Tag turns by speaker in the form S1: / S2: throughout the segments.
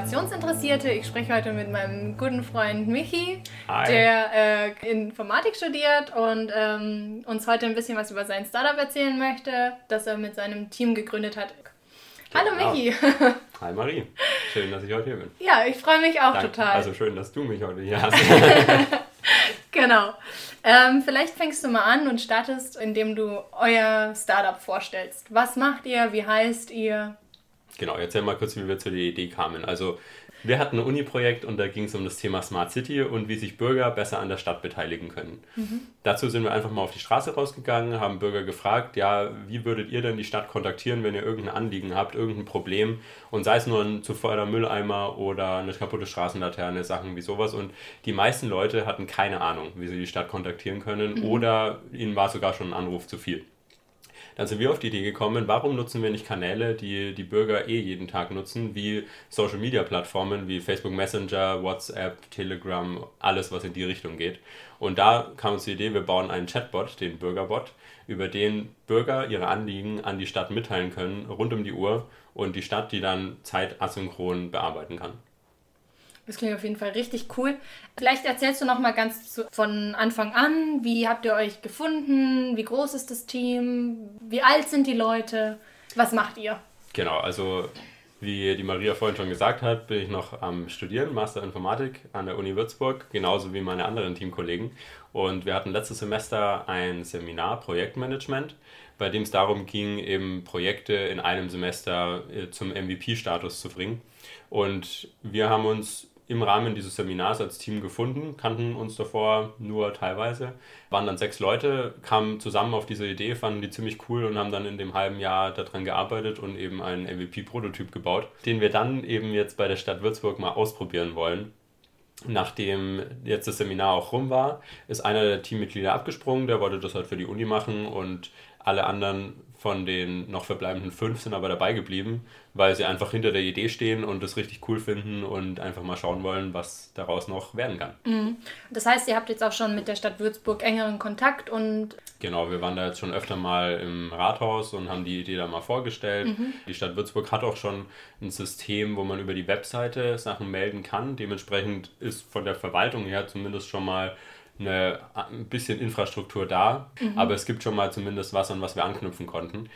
S1: Innovationsinteressierte. Ich spreche heute mit meinem guten Freund Michi,
S2: Hi.
S1: der Informatik studiert und uns heute ein bisschen was über sein Startup erzählen möchte, das er mit seinem Team gegründet hat. Hallo Michi.
S2: Hi Marie, schön, dass ich heute hier bin.
S1: Ja, ich freue mich auch
S2: Danke.
S1: total.
S2: Also schön, dass du mich heute hier hast.
S1: Genau. Vielleicht fängst du mal an und startest, indem du euer Startup vorstellst. Was macht ihr? Wie heißt ihr?
S2: Genau, erzähl mal kurz, wie wir zu der Idee kamen. Also wir hatten ein Uni-Projekt und da ging es um das Thema Smart City und wie sich Bürger besser an der Stadt beteiligen können. Dazu sind wir einfach mal auf die Straße rausgegangen, haben Bürger gefragt, ja, wie würdet ihr denn die Stadt kontaktieren, wenn ihr irgendein Anliegen habt, irgendein Problem und sei es nur ein zu voller Mülleimer oder eine kaputte Straßenlaterne, Sachen wie sowas. Und die meisten Leute hatten keine Ahnung, wie sie die Stadt kontaktieren können oder ihnen war sogar schon ein Anruf zu viel. Dann sind wir auf die Idee gekommen, warum nutzen wir nicht Kanäle, die die Bürger jeden Tag nutzen, wie Social-Media-Plattformen, wie Facebook Messenger, WhatsApp, Telegram, alles, was in die Richtung geht. Und da kam uns die Idee, wir bauen einen Chatbot, den Bürgerbot, über den Bürger ihre Anliegen an die Stadt mitteilen können, rund um die Uhr und die Stadt die dann zeitasynchron bearbeiten kann.
S1: Das klingt auf jeden Fall richtig cool. Vielleicht erzählst du noch mal von Anfang an, wie habt ihr euch gefunden, wie groß ist das Team, wie alt sind die Leute, was macht ihr?
S2: Genau, also wie die Maria vorhin schon gesagt hat, bin ich noch am Studieren, Master Informatik an der Uni Würzburg, genauso wie meine anderen Teamkollegen. Und wir hatten letztes Semester ein Seminar Projektmanagement, bei dem es darum ging, eben Projekte in einem Semester zum MVP-Status zu bringen. Und wir haben uns im Rahmen dieses Seminars als Team gefunden, kannten uns davor nur teilweise, waren dann 6 Leute, kamen zusammen auf diese Idee, fanden die ziemlich cool und haben dann in dem halben Jahr daran gearbeitet und eben einen MVP-Prototyp gebaut, den wir dann eben jetzt bei der Stadt Würzburg mal ausprobieren wollen. Nachdem jetzt das Seminar auch rum war, ist einer der Teammitglieder abgesprungen, der wollte das halt für die Uni machen und alle anderen von den noch verbleibenden 5 sind aber dabei geblieben, weil sie einfach hinter der Idee stehen und das richtig cool finden und einfach mal schauen wollen, was daraus noch werden kann.
S1: Das heißt, ihr habt jetzt auch schon mit der Stadt Würzburg engeren Kontakt und...
S2: Genau, wir waren da jetzt schon öfter mal im Rathaus und haben die Idee da mal vorgestellt. Die Stadt Würzburg hat auch schon ein System, wo man über die Webseite Sachen melden kann. Dementsprechend ist von der Verwaltung her zumindest schon mal ein bisschen Infrastruktur da, aber es gibt schon mal zumindest was, an was wir anknüpfen konnten.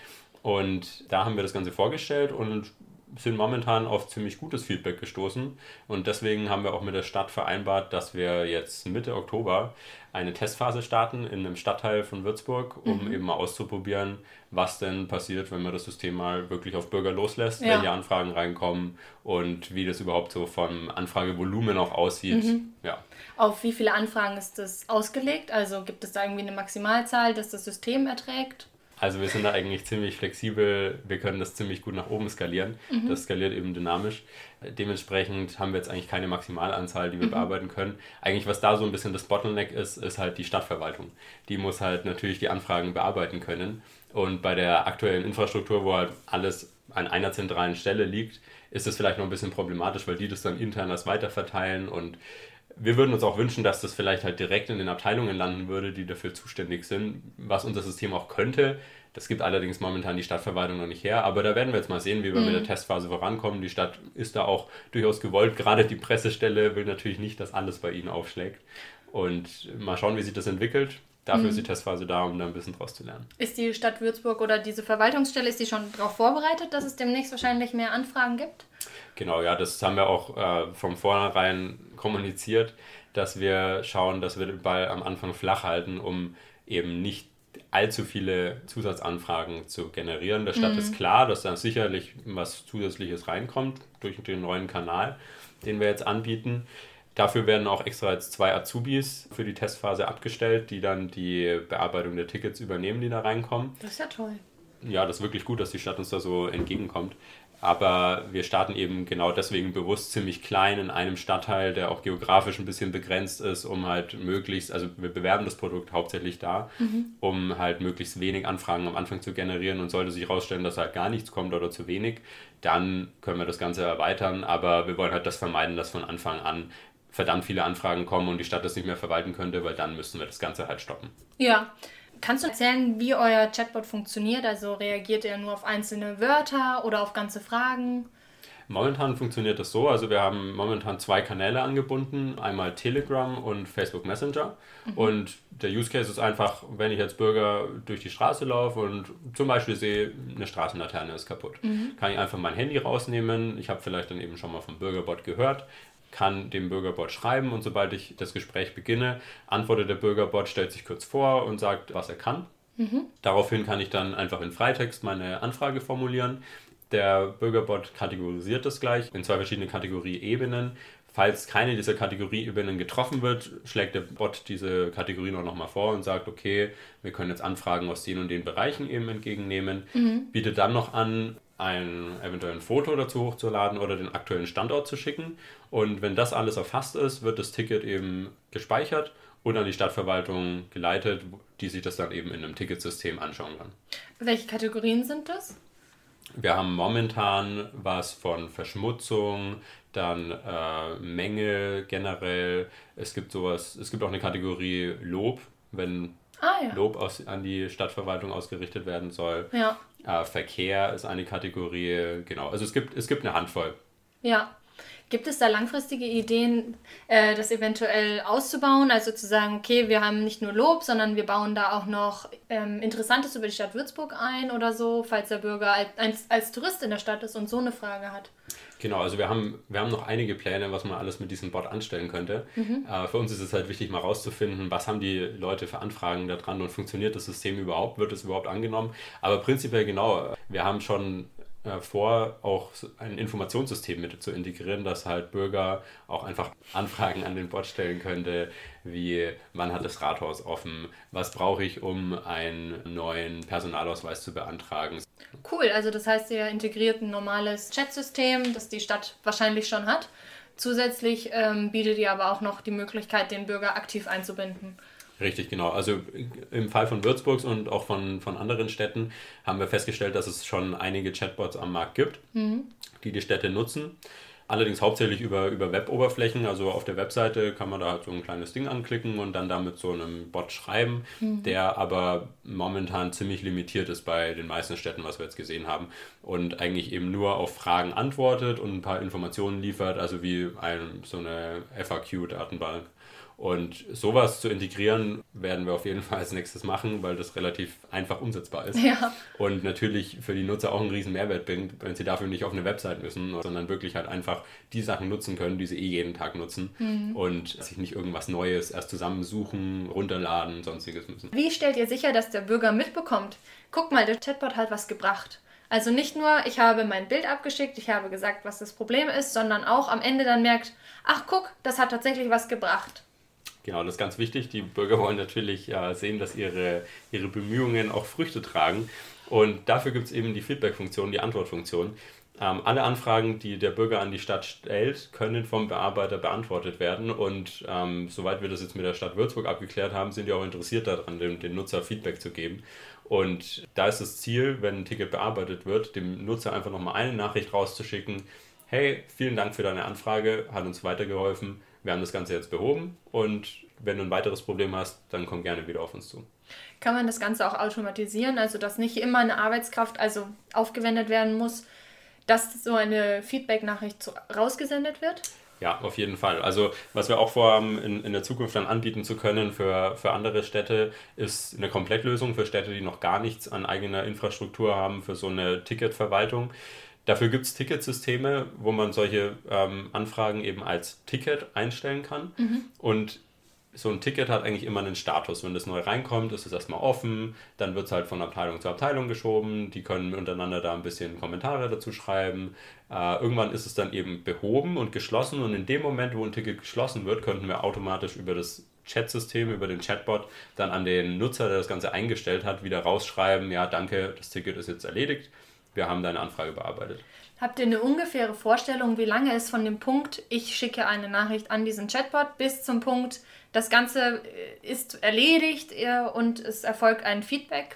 S2: Und da haben wir das Ganze vorgestellt und sind momentan auf ziemlich gutes Feedback gestoßen. Und deswegen haben wir auch mit der Stadt vereinbart, dass wir jetzt Mitte Oktober eine Testphase starten in einem Stadtteil von Würzburg, um eben mal auszuprobieren, was denn passiert, wenn man das System mal wirklich auf Bürger loslässt, welche Anfragen reinkommen und wie das überhaupt so vom Anfragevolumen auch aussieht. Ja.
S1: Auf wie viele Anfragen ist das ausgelegt? Also gibt es da irgendwie eine Maximalzahl, dass das System erträgt?
S2: Also wir sind da eigentlich ziemlich flexibel, wir können das ziemlich gut nach oben skalieren. Das skaliert eben dynamisch. Dementsprechend haben wir jetzt eigentlich keine Maximalanzahl, die wir bearbeiten können. Eigentlich was da so ein bisschen das Bottleneck ist halt die Stadtverwaltung. Die muss halt natürlich die Anfragen bearbeiten können. Und bei der aktuellen Infrastruktur, wo halt alles an einer zentralen Stelle liegt, ist es vielleicht noch ein bisschen problematisch, weil die das dann intern erst weiterverteilen und wir würden uns auch wünschen, dass das vielleicht halt direkt in den Abteilungen landen würde, die dafür zuständig sind, was unser System auch könnte. Das gibt allerdings momentan die Stadtverwaltung noch nicht her, aber da werden wir jetzt mal sehen, wie wir mit der Testphase vorankommen. Die Stadt ist da auch durchaus gewollt, gerade die Pressestelle will natürlich nicht, dass alles bei ihnen aufschlägt. Und mal schauen, wie sich das entwickelt. Dafür ist die Testphase da, um da ein bisschen draus zu lernen.
S1: Ist die Stadt Würzburg oder diese Verwaltungsstelle, ist die schon darauf vorbereitet, dass es demnächst wahrscheinlich mehr Anfragen gibt?
S2: Genau, ja, das haben wir auch von vornherein kommuniziert, dass wir schauen, dass wir den Ball am Anfang flach halten, um eben nicht allzu viele Zusatzanfragen zu generieren. Der Stadt ist klar, dass da sicherlich was Zusätzliches reinkommt durch den neuen Kanal, den wir jetzt anbieten. Dafür werden auch extra jetzt 2 Azubis für die Testphase abgestellt, die dann die Bearbeitung der Tickets übernehmen, die da reinkommen.
S1: Das ist ja toll.
S2: Ja, das ist wirklich gut, dass die Stadt uns da so entgegenkommt. Aber wir starten eben genau deswegen bewusst ziemlich klein in einem Stadtteil, der auch geografisch ein bisschen begrenzt ist, um halt möglichst, also wir bewerben das Produkt hauptsächlich da, um halt möglichst wenig Anfragen am Anfang zu generieren und sollte sich herausstellen, dass halt gar nichts kommt oder zu wenig, dann können wir das Ganze erweitern, aber wir wollen halt das vermeiden, dass von Anfang an verdammt viele Anfragen kommen und die Stadt das nicht mehr verwalten könnte, weil dann müssten wir das Ganze halt stoppen.
S1: Ja. Kannst du erzählen, wie euer Chatbot funktioniert? Also reagiert er nur auf einzelne Wörter oder auf ganze Fragen?
S2: Momentan funktioniert das so, also wir haben momentan 2 Kanäle angebunden, einmal Telegram und Facebook Messenger. Und der Use Case ist einfach, wenn ich als Bürger durch die Straße laufe und zum Beispiel sehe, eine Straßenlaterne ist kaputt, kann ich einfach mein Handy rausnehmen. Ich habe vielleicht dann eben schon mal vom Bürgerbot gehört, kann dem Bürgerbot schreiben und sobald ich das Gespräch beginne, antwortet der Bürgerbot, stellt sich kurz vor und sagt, was er kann. Daraufhin kann ich dann einfach in Freitext meine Anfrage formulieren. Der Bürgerbot kategorisiert das gleich in 2 verschiedene Kategorieebenen. Falls keine dieser Kategorieebenen getroffen wird, schlägt der Bot diese Kategorien auch nochmal vor und sagt, okay, wir können jetzt Anfragen aus den und den Bereichen eben entgegennehmen. Bietet dann noch an, eventuell ein Foto dazu hochzuladen oder den aktuellen Standort zu schicken. Und wenn das alles erfasst ist, wird das Ticket eben gespeichert und an die Stadtverwaltung geleitet, die sich das dann eben in einem Ticketsystem anschauen kann.
S1: Welche Kategorien sind das?
S2: Wir haben momentan was von Verschmutzung, dann Mängel generell. Es gibt auch eine Kategorie Lob, wenn Lob an die Stadtverwaltung ausgerichtet werden soll.
S1: Ja.
S2: Verkehr ist eine Kategorie, genau. Also es gibt eine Handvoll.
S1: Ja. Gibt es da langfristige Ideen, das eventuell auszubauen? Also zu sagen, okay, wir haben nicht nur Lob, sondern wir bauen da auch noch Interessantes über die Stadt Würzburg ein oder so, falls der Bürger als Tourist in der Stadt ist und so eine Frage hat.
S2: Genau, also wir haben noch einige Pläne, was man alles mit diesem Bot anstellen könnte. Für uns ist es halt wichtig, mal rauszufinden, was haben die Leute für Anfragen da dran und funktioniert das System überhaupt, wird es überhaupt angenommen. Aber prinzipiell genau, wir haben schon vor, auch ein Informationssystem mit zu integrieren, dass halt Bürger auch einfach Anfragen an den Bot stellen könnte, wie wann hat das Rathaus offen, was brauche ich, um einen neuen Personalausweis zu beantragen.
S1: Cool, also das heißt, ihr integriert ein normales Chatsystem, das die Stadt wahrscheinlich schon hat. Zusätzlich bietet ihr aber auch noch die Möglichkeit, den Bürger aktiv einzubinden.
S2: Richtig, genau. Also im Fall von Würzburg und auch von anderen Städten haben wir festgestellt, dass es schon einige Chatbots am Markt gibt, die Städte nutzen. Allerdings hauptsächlich über Web-Oberflächen. Also auf der Webseite kann man da halt so ein kleines Ding anklicken und dann damit so einem Bot schreiben, der aber momentan ziemlich limitiert ist bei den meisten Städten, was wir jetzt gesehen haben. Und eigentlich eben nur auf Fragen antwortet und ein paar Informationen liefert, also wie so eine FAQ-Datenbank. Und sowas zu integrieren, werden wir auf jeden Fall als nächstes machen, weil das relativ einfach umsetzbar ist.
S1: Ja.
S2: Und natürlich für die Nutzer auch einen riesen Mehrwert bringt, wenn sie dafür nicht auf eine Website müssen, sondern wirklich halt einfach die Sachen nutzen können, die sie jeden Tag nutzen und sich nicht irgendwas Neues erst zusammensuchen, runterladen, sonstiges müssen.
S1: Wie stellt ihr sicher, dass der Bürger mitbekommt? Guck mal, der Chatbot hat was gebracht. Also nicht nur, ich habe mein Bild abgeschickt, ich habe gesagt, was das Problem ist, sondern auch am Ende dann merkt, ach guck, das hat tatsächlich was gebracht.
S2: Genau, das ist ganz wichtig. Die Bürger wollen natürlich sehen, dass ihre Bemühungen auch Früchte tragen. Und dafür gibt es eben die Feedback-Funktion, die Antwortfunktion. Alle Anfragen, die der Bürger an die Stadt stellt, können vom Bearbeiter beantwortet werden. Und soweit wir das jetzt mit der Stadt Würzburg abgeklärt haben, sind die auch interessiert daran, den Nutzer Feedback zu geben. Und da ist das Ziel, wenn ein Ticket bearbeitet wird, dem Nutzer einfach nochmal eine Nachricht rauszuschicken. Hey, vielen Dank für deine Anfrage, hat uns weitergeholfen. Wir haben das Ganze jetzt behoben und wenn du ein weiteres Problem hast, dann komm gerne wieder auf uns zu.
S1: Kann man das Ganze auch automatisieren, also dass nicht immer eine Arbeitskraft aufgewendet werden muss, dass so eine Feedback-Nachricht rausgesendet wird?
S2: Ja, auf jeden Fall. Also was wir auch vorhaben, in der Zukunft dann anbieten zu können für andere Städte, ist eine Komplettlösung für Städte, die noch gar nichts an eigener Infrastruktur haben für so eine Ticketverwaltung. Dafür gibt es Ticketsysteme, wo man solche Anfragen eben als Ticket einstellen kann. Und so ein Ticket hat eigentlich immer einen Status. Wenn das neu reinkommt, ist es erstmal offen, dann wird es halt von Abteilung zu Abteilung geschoben, die können untereinander da ein bisschen Kommentare dazu schreiben. Irgendwann ist es dann eben behoben und geschlossen und in dem Moment, wo ein Ticket geschlossen wird, könnten wir automatisch über das Chatsystem, über den Chatbot dann an den Nutzer, der das Ganze eingestellt hat, wieder rausschreiben, ja danke, das Ticket ist jetzt erledigt. Wir haben deine Anfrage bearbeitet.
S1: Habt ihr eine ungefähre Vorstellung, wie lange es von dem Punkt, ich schicke eine Nachricht an diesen Chatbot, bis zum Punkt, das Ganze ist erledigt und es erfolgt ein Feedback?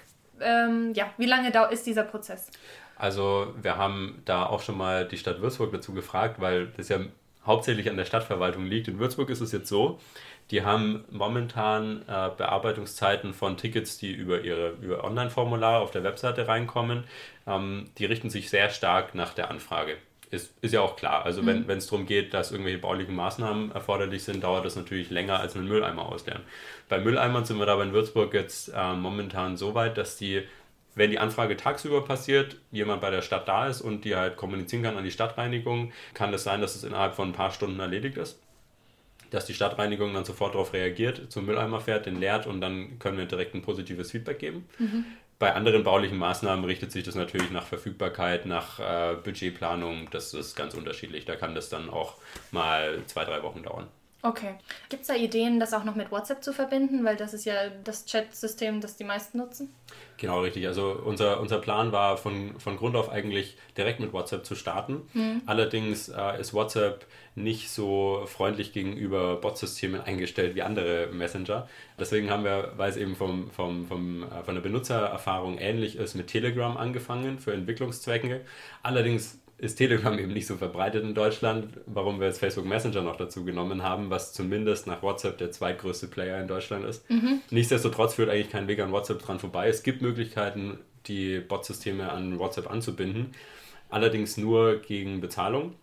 S1: Wie lange ist dieser Prozess?
S2: Also wir haben da auch schon mal die Stadt Würzburg dazu gefragt, weil das ja hauptsächlich an der Stadtverwaltung liegt. In Würzburg ist es jetzt so, die haben momentan Bearbeitungszeiten von Tickets, die über über Online-Formular auf der Webseite reinkommen. Die richten sich sehr stark nach der Anfrage. ist ja auch klar. Also wenn es darum geht, dass irgendwelche baulichen Maßnahmen erforderlich sind, dauert das natürlich länger als einen Mülleimer ausleeren. Bei Mülleimern sind wir aber in Würzburg jetzt momentan so weit, dass wenn die Anfrage tagsüber passiert, jemand bei der Stadt da ist und die halt kommunizieren kann an die Stadtreinigung, kann es sein, dass es innerhalb von ein paar Stunden erledigt ist. Dass die Stadtreinigung dann sofort darauf reagiert, zum Mülleimer fährt, den leert und dann können wir direkt ein positives Feedback geben. Bei anderen baulichen Maßnahmen richtet sich das natürlich nach Verfügbarkeit, nach Budgetplanung. Das ist ganz unterschiedlich. Da kann das dann auch mal 2-3 Wochen dauern.
S1: Okay. Gibt es da Ideen, das auch noch mit WhatsApp zu verbinden? Weil das ist ja das Chat-System, das die meisten nutzen.
S2: Genau, richtig. Also unser Plan war von Grund auf eigentlich direkt mit WhatsApp zu starten. Allerdings ist WhatsApp nicht so freundlich gegenüber Bot-Systemen eingestellt wie andere Messenger. Deswegen haben wir, weil es eben von der Benutzererfahrung ähnlich ist, mit Telegram angefangen für Entwicklungszwecke. Allerdings ist Telegram eben nicht so verbreitet in Deutschland, warum wir jetzt Facebook Messenger noch dazu genommen haben, was zumindest nach WhatsApp der zweitgrößte Player in Deutschland ist. Nichtsdestotrotz führt eigentlich kein Weg an WhatsApp dran vorbei. Es gibt Möglichkeiten, die Bot-Systeme an WhatsApp anzubinden, allerdings nur gegen Bezahlung.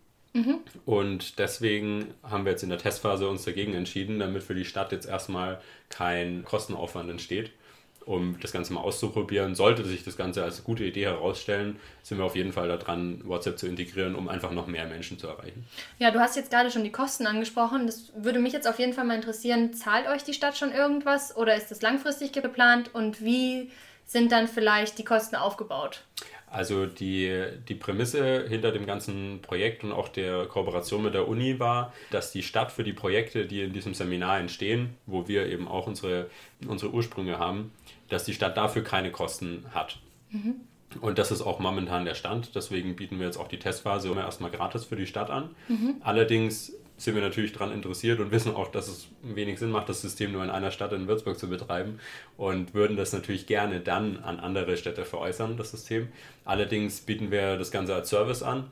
S2: Und deswegen haben wir jetzt in der Testphase uns dagegen entschieden, damit für die Stadt jetzt erstmal kein Kostenaufwand entsteht. Um das Ganze mal auszuprobieren. Sollte sich das Ganze als gute Idee herausstellen, sind wir auf jeden Fall daran, WhatsApp zu integrieren, um einfach noch mehr Menschen zu erreichen.
S1: Ja, du hast jetzt gerade schon die Kosten angesprochen. Das würde mich jetzt auf jeden Fall mal interessieren. Zahlt euch die Stadt schon irgendwas oder ist das langfristig geplant und wie sind dann vielleicht die Kosten aufgebaut?
S2: Also die Prämisse hinter dem ganzen Projekt und auch der Kooperation mit der Uni war, dass die Stadt für die Projekte, die in diesem Seminar entstehen, wo wir eben auch unsere Ursprünge haben, dass die Stadt dafür keine Kosten hat. Und das ist auch momentan der Stand. Deswegen bieten wir jetzt auch die Testphase immer erstmal gratis für die Stadt an. Allerdings sind wir natürlich daran interessiert und wissen auch, dass es wenig Sinn macht, das System nur in einer Stadt in Würzburg zu betreiben und würden das natürlich gerne dann an andere Städte veräußern, das System. Allerdings bieten wir das Ganze als Service an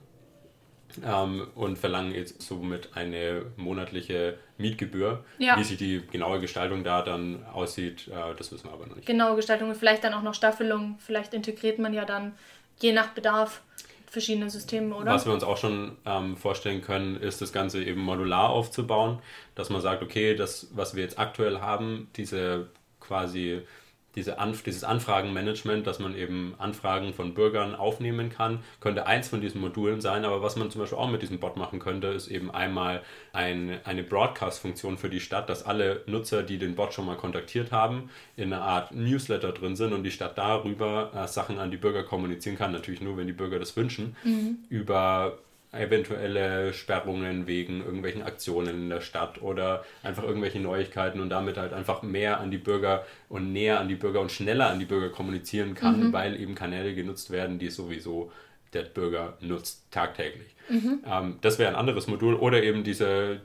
S2: und verlangen jetzt somit eine monatliche Mietgebühr. Ja. Wie sich die genaue Gestaltung da dann aussieht, das wissen wir aber noch nicht.
S1: Genaue Gestaltung und vielleicht dann auch noch Staffelung. Vielleicht integriert man ja dann je nach Bedarf verschiedene Systeme, oder?
S2: Was wir uns auch schon vorstellen können, ist das Ganze eben modular aufzubauen, dass man sagt, okay, das, was wir jetzt aktuell haben, dieses Anfragenmanagement, dass man eben Anfragen von Bürgern aufnehmen kann, könnte eins von diesen Modulen sein, aber was man zum Beispiel auch mit diesem Bot machen könnte, ist eben einmal eine Broadcast-Funktion für die Stadt, dass alle Nutzer, die den Bot schon mal kontaktiert haben, in einer Art Newsletter drin sind und die Stadt darüber Sachen an die Bürger kommunizieren kann, natürlich nur, wenn die Bürger das wünschen, über eventuelle Sperrungen wegen irgendwelchen Aktionen in der Stadt oder einfach irgendwelche Neuigkeiten und damit halt einfach mehr an die Bürger und näher an die Bürger und schneller an die Bürger kommunizieren kann, weil eben Kanäle genutzt werden, die sowieso der Bürger nutzt tagtäglich. Das wäre ein anderes Modul oder eben diese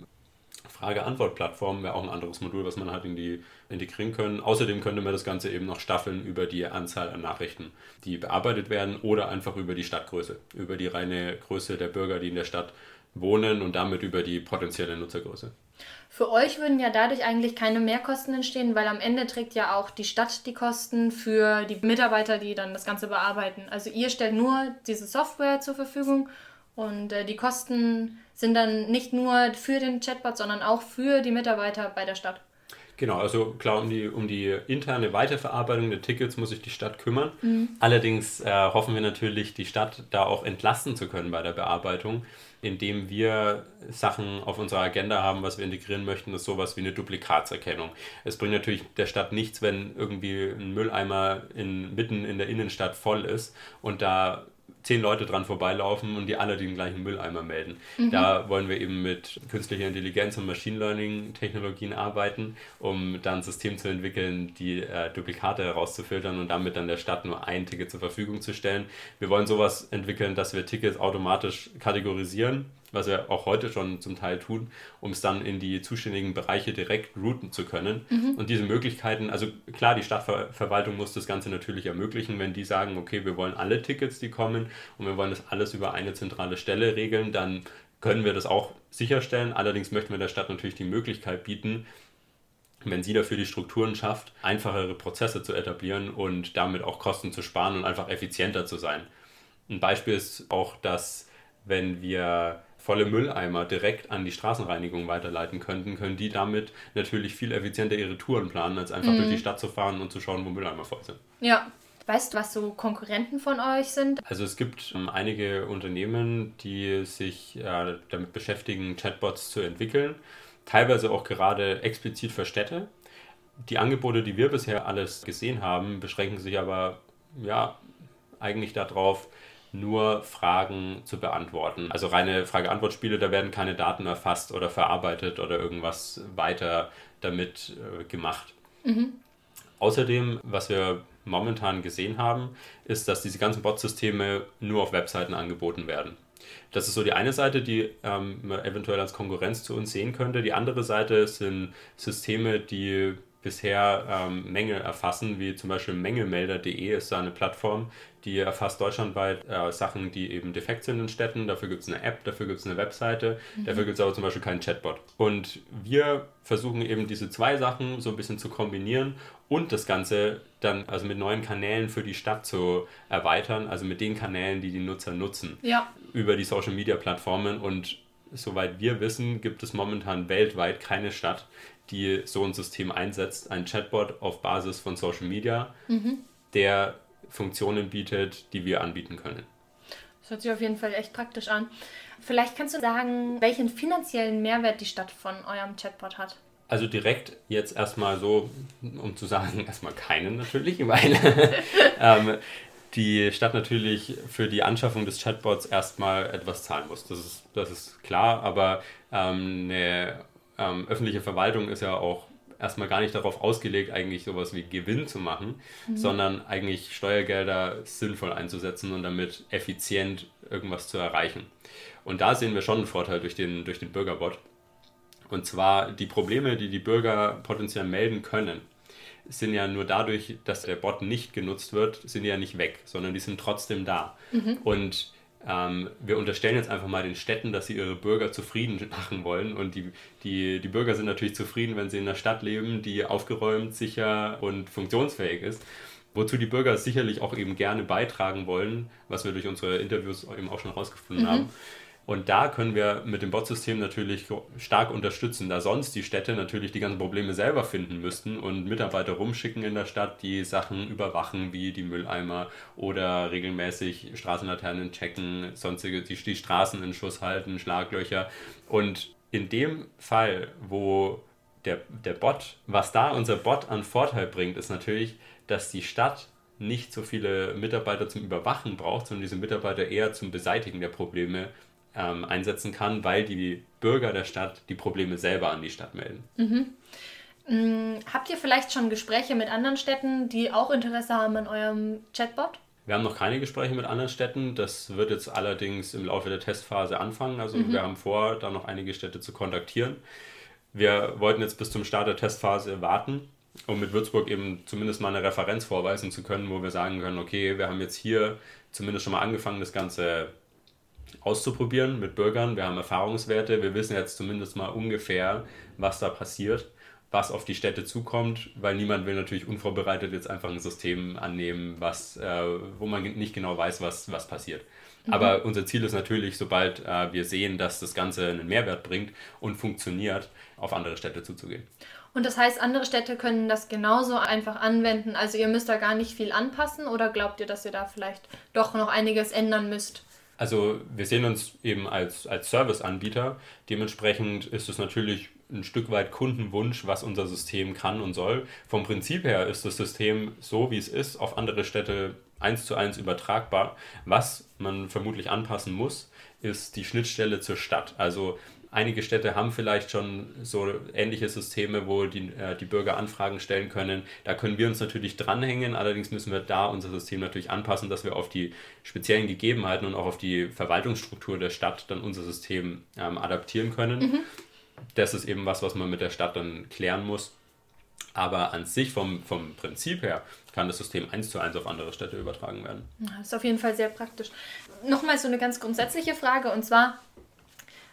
S2: Frage-Antwort-Plattform wäre auch ein anderes Modul, was man halt integrieren können. Außerdem könnte man das Ganze eben noch staffeln über die Anzahl an Nachrichten, die bearbeitet werden oder einfach über die Stadtgröße, über die reine Größe der Bürger, die in der Stadt wohnen und damit über die potenzielle Nutzergröße.
S1: Für euch würden ja dadurch eigentlich keine Mehrkosten entstehen, weil am Ende trägt ja auch die Stadt die Kosten für die Mitarbeiter, die dann das Ganze bearbeiten. Also ihr stellt nur diese Software zur Verfügung und die Kosten sind dann nicht nur für den Chatbot, sondern auch für die Mitarbeiter bei der Stadt.
S2: Genau, also klar, um die interne Weiterverarbeitung der Tickets muss sich die Stadt kümmern. Allerdings hoffen wir natürlich, die Stadt da auch entlasten zu können bei der Bearbeitung, indem wir Sachen auf unserer Agenda haben, was wir integrieren möchten, ist sowas wie eine Duplikatserkennung. Es bringt natürlich der Stadt nichts, wenn irgendwie ein Mülleimer mitten in der Innenstadt voll ist und da 10 Leute dran vorbeilaufen und die alle den gleichen Mülleimer melden. Da wollen wir eben mit künstlicher Intelligenz und Machine Learning Technologien arbeiten, um dann ein System zu entwickeln, die Duplikate herauszufiltern und damit dann der Stadt nur ein Ticket zur Verfügung zu stellen. Wir wollen sowas entwickeln, dass wir Tickets automatisch kategorisieren, was wir auch heute schon zum Teil tun, um es dann in die zuständigen Bereiche direkt routen zu können. Und diese Möglichkeiten, also klar, die Stadtverwaltung muss das Ganze natürlich ermöglichen, wenn die sagen, okay, wir wollen alle Tickets, die kommen und wir wollen das alles über eine zentrale Stelle regeln, dann können wir das auch sicherstellen. Allerdings möchten wir der Stadt natürlich die Möglichkeit bieten, wenn sie dafür die Strukturen schafft, einfachere Prozesse zu etablieren und damit auch Kosten zu sparen und einfach effizienter zu sein. Ein Beispiel ist auch, dass wenn wir volle Mülleimer direkt an die Straßenreinigung weiterleiten könnten, können die damit natürlich viel effizienter ihre Touren planen, als einfach durch die Stadt zu fahren und zu schauen, wo Mülleimer voll sind.
S1: Ja. Weißt du, was so Konkurrenten von euch sind?
S2: Also es gibt einige Unternehmen, die sich damit beschäftigen, Chatbots zu entwickeln, teilweise auch gerade explizit für Städte. Die Angebote, die wir bisher alles gesehen haben, beschränken sich aber eigentlich darauf, nur Fragen zu beantworten. Also reine Frage-Antwort-Spiele, da werden keine Daten erfasst oder verarbeitet oder irgendwas weiter damit gemacht. Außerdem, was wir momentan gesehen haben, ist, dass diese ganzen Bot-Systeme nur auf Webseiten angeboten werden. Das ist so die eine Seite, die man eventuell als Konkurrenz zu uns sehen könnte. Die andere Seite sind Systeme, die bisher Mängel erfassen, wie zum Beispiel Mängelmelder.de ist da eine Plattform, die erfasst deutschlandweit Sachen, die eben defekt sind in Städten. Dafür gibt es eine App, dafür gibt es eine Webseite, dafür gibt es aber zum Beispiel keinen Chatbot. Und wir versuchen eben diese zwei Sachen so ein bisschen zu kombinieren und das Ganze dann also mit neuen Kanälen für die Stadt zu erweitern, also mit den Kanälen, die die Nutzer nutzen, über die Social-Media-Plattformen. Und soweit wir wissen, gibt es momentan weltweit keine Stadt, die so ein System einsetzt, ein Chatbot auf Basis von Social Media, der Funktionen bietet, die wir anbieten können.
S1: Das hört sich auf jeden Fall echt praktisch an. Vielleicht kannst du sagen, welchen finanziellen Mehrwert die Stadt von eurem Chatbot hat?
S2: Also direkt jetzt erstmal so, um zu sagen, erstmal keinen natürlich, weil die Stadt natürlich für die Anschaffung des Chatbots erstmal etwas zahlen muss. Das ist klar, aber eine öffentliche Verwaltung ist ja auch erstmal gar nicht darauf ausgelegt, eigentlich sowas wie Gewinn zu machen, sondern eigentlich Steuergelder sinnvoll einzusetzen und damit effizient irgendwas zu erreichen. Und da sehen wir schon einen Vorteil durch den Bürgerbot. Und zwar die Probleme, die die Bürger potenziell melden können, sind ja nur dadurch, dass der Bot nicht genutzt wird, sind die ja nicht weg, sondern die sind trotzdem da. Und wir unterstellen jetzt einfach mal den Städten, dass sie ihre Bürger zufrieden machen wollen. Und die Bürger sind natürlich zufrieden, wenn sie in einer Stadt leben, die aufgeräumt, sicher und funktionsfähig ist. Wozu die Bürger sicherlich auch eben gerne beitragen wollen, was wir durch unsere Interviews eben auch schon herausgefunden haben. Und da können wir mit dem Bot-System natürlich stark unterstützen, da sonst die Städte natürlich die ganzen Probleme selber finden müssten und Mitarbeiter rumschicken in der Stadt, die Sachen überwachen, wie die Mülleimer oder regelmäßig Straßenlaternen checken, sonstige die Straßen in Schuss halten, Schlaglöcher. Und in dem Fall, wo der Bot, was da unser Bot an Vorteil bringt, ist natürlich, dass die Stadt nicht so viele Mitarbeiter zum Überwachen braucht, sondern diese Mitarbeiter eher zum Beseitigen der Probleme einsetzen kann, weil die Bürger der Stadt die Probleme selber an die Stadt melden.
S1: Habt ihr vielleicht schon Gespräche mit anderen Städten, die auch Interesse haben an eurem Chatbot?
S2: Wir haben noch keine Gespräche mit anderen Städten. Das wird jetzt allerdings im Laufe der Testphase anfangen. Also wir haben vor, da noch einige Städte zu kontaktieren. Wir wollten jetzt bis zum Start der Testphase warten, um mit Würzburg eben zumindest mal eine Referenz vorweisen zu können, wo wir sagen können, okay, wir haben jetzt hier zumindest schon mal angefangen, das Ganze auszuprobieren mit Bürgern. Wir haben Erfahrungswerte. Wir wissen jetzt zumindest mal ungefähr, was da passiert, was auf die Städte zukommt, weil niemand will natürlich unvorbereitet jetzt einfach ein System annehmen, wo man nicht genau weiß, was passiert. Aber unser Ziel ist natürlich, sobald wir sehen, dass das Ganze einen Mehrwert bringt und funktioniert, auf andere Städte zuzugehen.
S1: Und das heißt, andere Städte können das genauso einfach anwenden? Also ihr müsst da gar nicht viel anpassen oder glaubt ihr, dass ihr da vielleicht doch noch einiges ändern müsst?
S2: Also wir sehen uns eben als Serviceanbieter. Dementsprechend ist es natürlich ein Stück weit Kundenwunsch, was unser System kann und soll. Vom Prinzip her ist das System so, wie es ist, auf andere Städte 1:1 übertragbar. Was man vermutlich anpassen muss, ist die Schnittstelle zur Stadt. Also einige Städte haben vielleicht schon so ähnliche Systeme, wo die Bürger Anfragen stellen können. Da können wir uns natürlich dranhängen, allerdings müssen wir da unser System natürlich anpassen, dass wir auf die speziellen Gegebenheiten und auch auf die Verwaltungsstruktur der Stadt dann unser System adaptieren können. Das ist eben was man mit der Stadt dann klären muss. Aber an sich vom Prinzip her kann das System 1:1 auf andere Städte übertragen werden.
S1: Das ist auf jeden Fall sehr praktisch. Nochmal so eine ganz grundsätzliche Frage und zwar,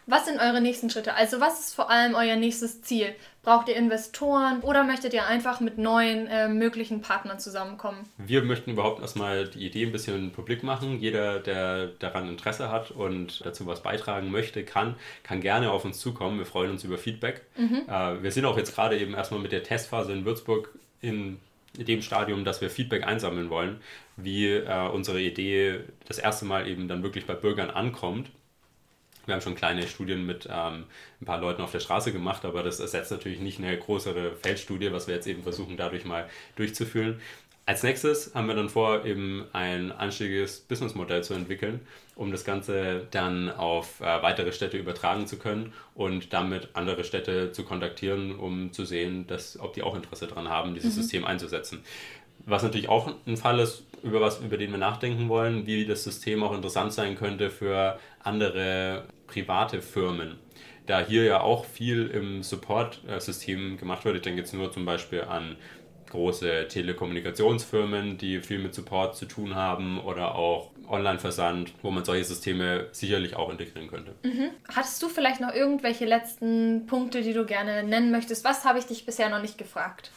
S1: Was sind eure nächsten Schritte? Also was ist vor allem euer nächstes Ziel? Braucht ihr Investoren oder möchtet ihr einfach mit neuen möglichen Partnern zusammenkommen?
S2: Wir möchten überhaupt erstmal die Idee ein bisschen publik machen. Jeder, der daran Interesse hat und dazu was beitragen möchte, kann gerne auf uns zukommen. Wir freuen uns über Feedback. Wir sind auch jetzt gerade eben erstmal mit der Testphase in Würzburg in dem Stadium, dass wir Feedback einsammeln wollen, wie unsere Idee das erste Mal eben dann wirklich bei Bürgern ankommt. Wir haben schon kleine Studien mit ein paar Leuten auf der Straße gemacht, aber das ersetzt natürlich nicht eine größere Feldstudie, was wir jetzt eben versuchen, dadurch mal durchzuführen. Als nächstes haben wir dann vor, eben ein anständiges Businessmodell zu entwickeln, um das Ganze dann auf weitere Städte übertragen zu können und damit andere Städte zu kontaktieren, um zu sehen, ob die auch Interesse daran haben, dieses System einzusetzen. Was natürlich auch ein Fall ist, über den wir nachdenken wollen, wie das System auch interessant sein könnte für andere private Firmen. Da hier ja auch viel im Support-System gemacht wird, ich denke jetzt nur zum Beispiel an große Telekommunikationsfirmen, die viel mit Support zu tun haben oder auch Online-Versand, wo man solche Systeme sicherlich auch integrieren könnte.
S1: Hattest du vielleicht noch irgendwelche letzten Punkte, die du gerne nennen möchtest? Was habe ich dich bisher noch nicht gefragt?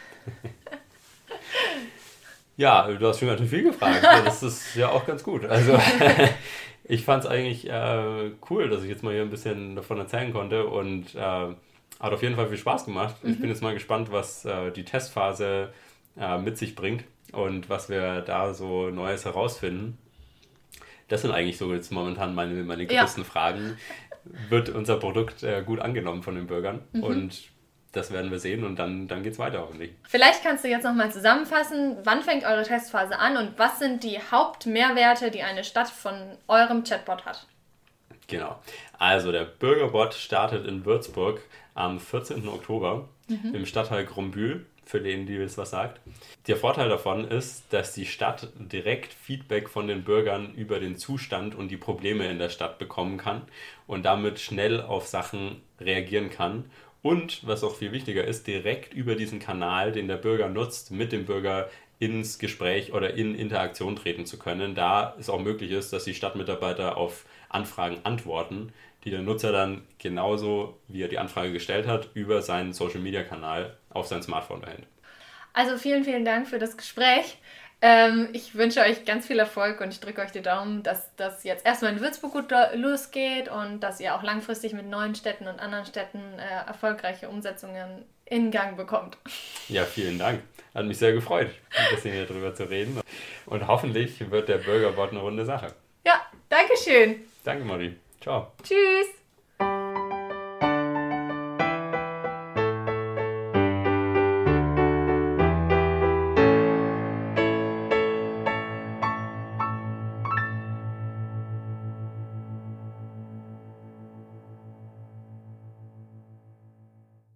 S2: Ja, du hast schon natürlich viel gefragt. Das ist ja auch ganz gut. Also ich fand es eigentlich cool, dass ich jetzt mal hier ein bisschen davon erzählen konnte und hat auf jeden Fall viel Spaß gemacht. Ich bin jetzt mal gespannt, was die Testphase mit sich bringt und was wir da so Neues herausfinden. Das sind eigentlich so jetzt momentan meine größten Fragen. Wird unser Produkt gut angenommen von den Bürgern? Und das werden wir sehen und dann geht's weiter hoffentlich.
S1: Vielleicht kannst du jetzt nochmal zusammenfassen, wann fängt eure Testphase an und was sind die Hauptmehrwerte, die eine Stadt von eurem Chatbot hat?
S2: Genau. Also der Bürgerbot startet in Würzburg am 14. Oktober im Stadtteil Grombühl, für den, die es was sagt. Der Vorteil davon ist, dass die Stadt direkt Feedback von den Bürgern über den Zustand und die Probleme in der Stadt bekommen kann und damit schnell auf Sachen reagieren kann. Und, was auch viel wichtiger ist, direkt über diesen Kanal, den der Bürger nutzt, mit dem Bürger ins Gespräch oder in Interaktion treten zu können, da es auch möglich ist, dass die Stadtmitarbeiter auf Anfragen antworten, die der Nutzer dann genauso, wie er die Anfrage gestellt hat, über seinen Social-Media-Kanal auf sein Smartphone erhält.
S1: Also vielen, vielen Dank für das Gespräch. Ich wünsche euch ganz viel Erfolg und ich drücke euch die Daumen, dass das jetzt erstmal in Würzburg gut losgeht und dass ihr auch langfristig mit neuen Städten und anderen Städten erfolgreiche Umsetzungen in Gang bekommt.
S2: Ja, vielen Dank. Hat mich sehr gefreut, ein bisschen hier drüber zu reden. Und hoffentlich wird der Bürgerbot eine runde Sache.
S1: Ja, danke schön.
S2: Danke, Marie. Ciao.
S1: Tschüss.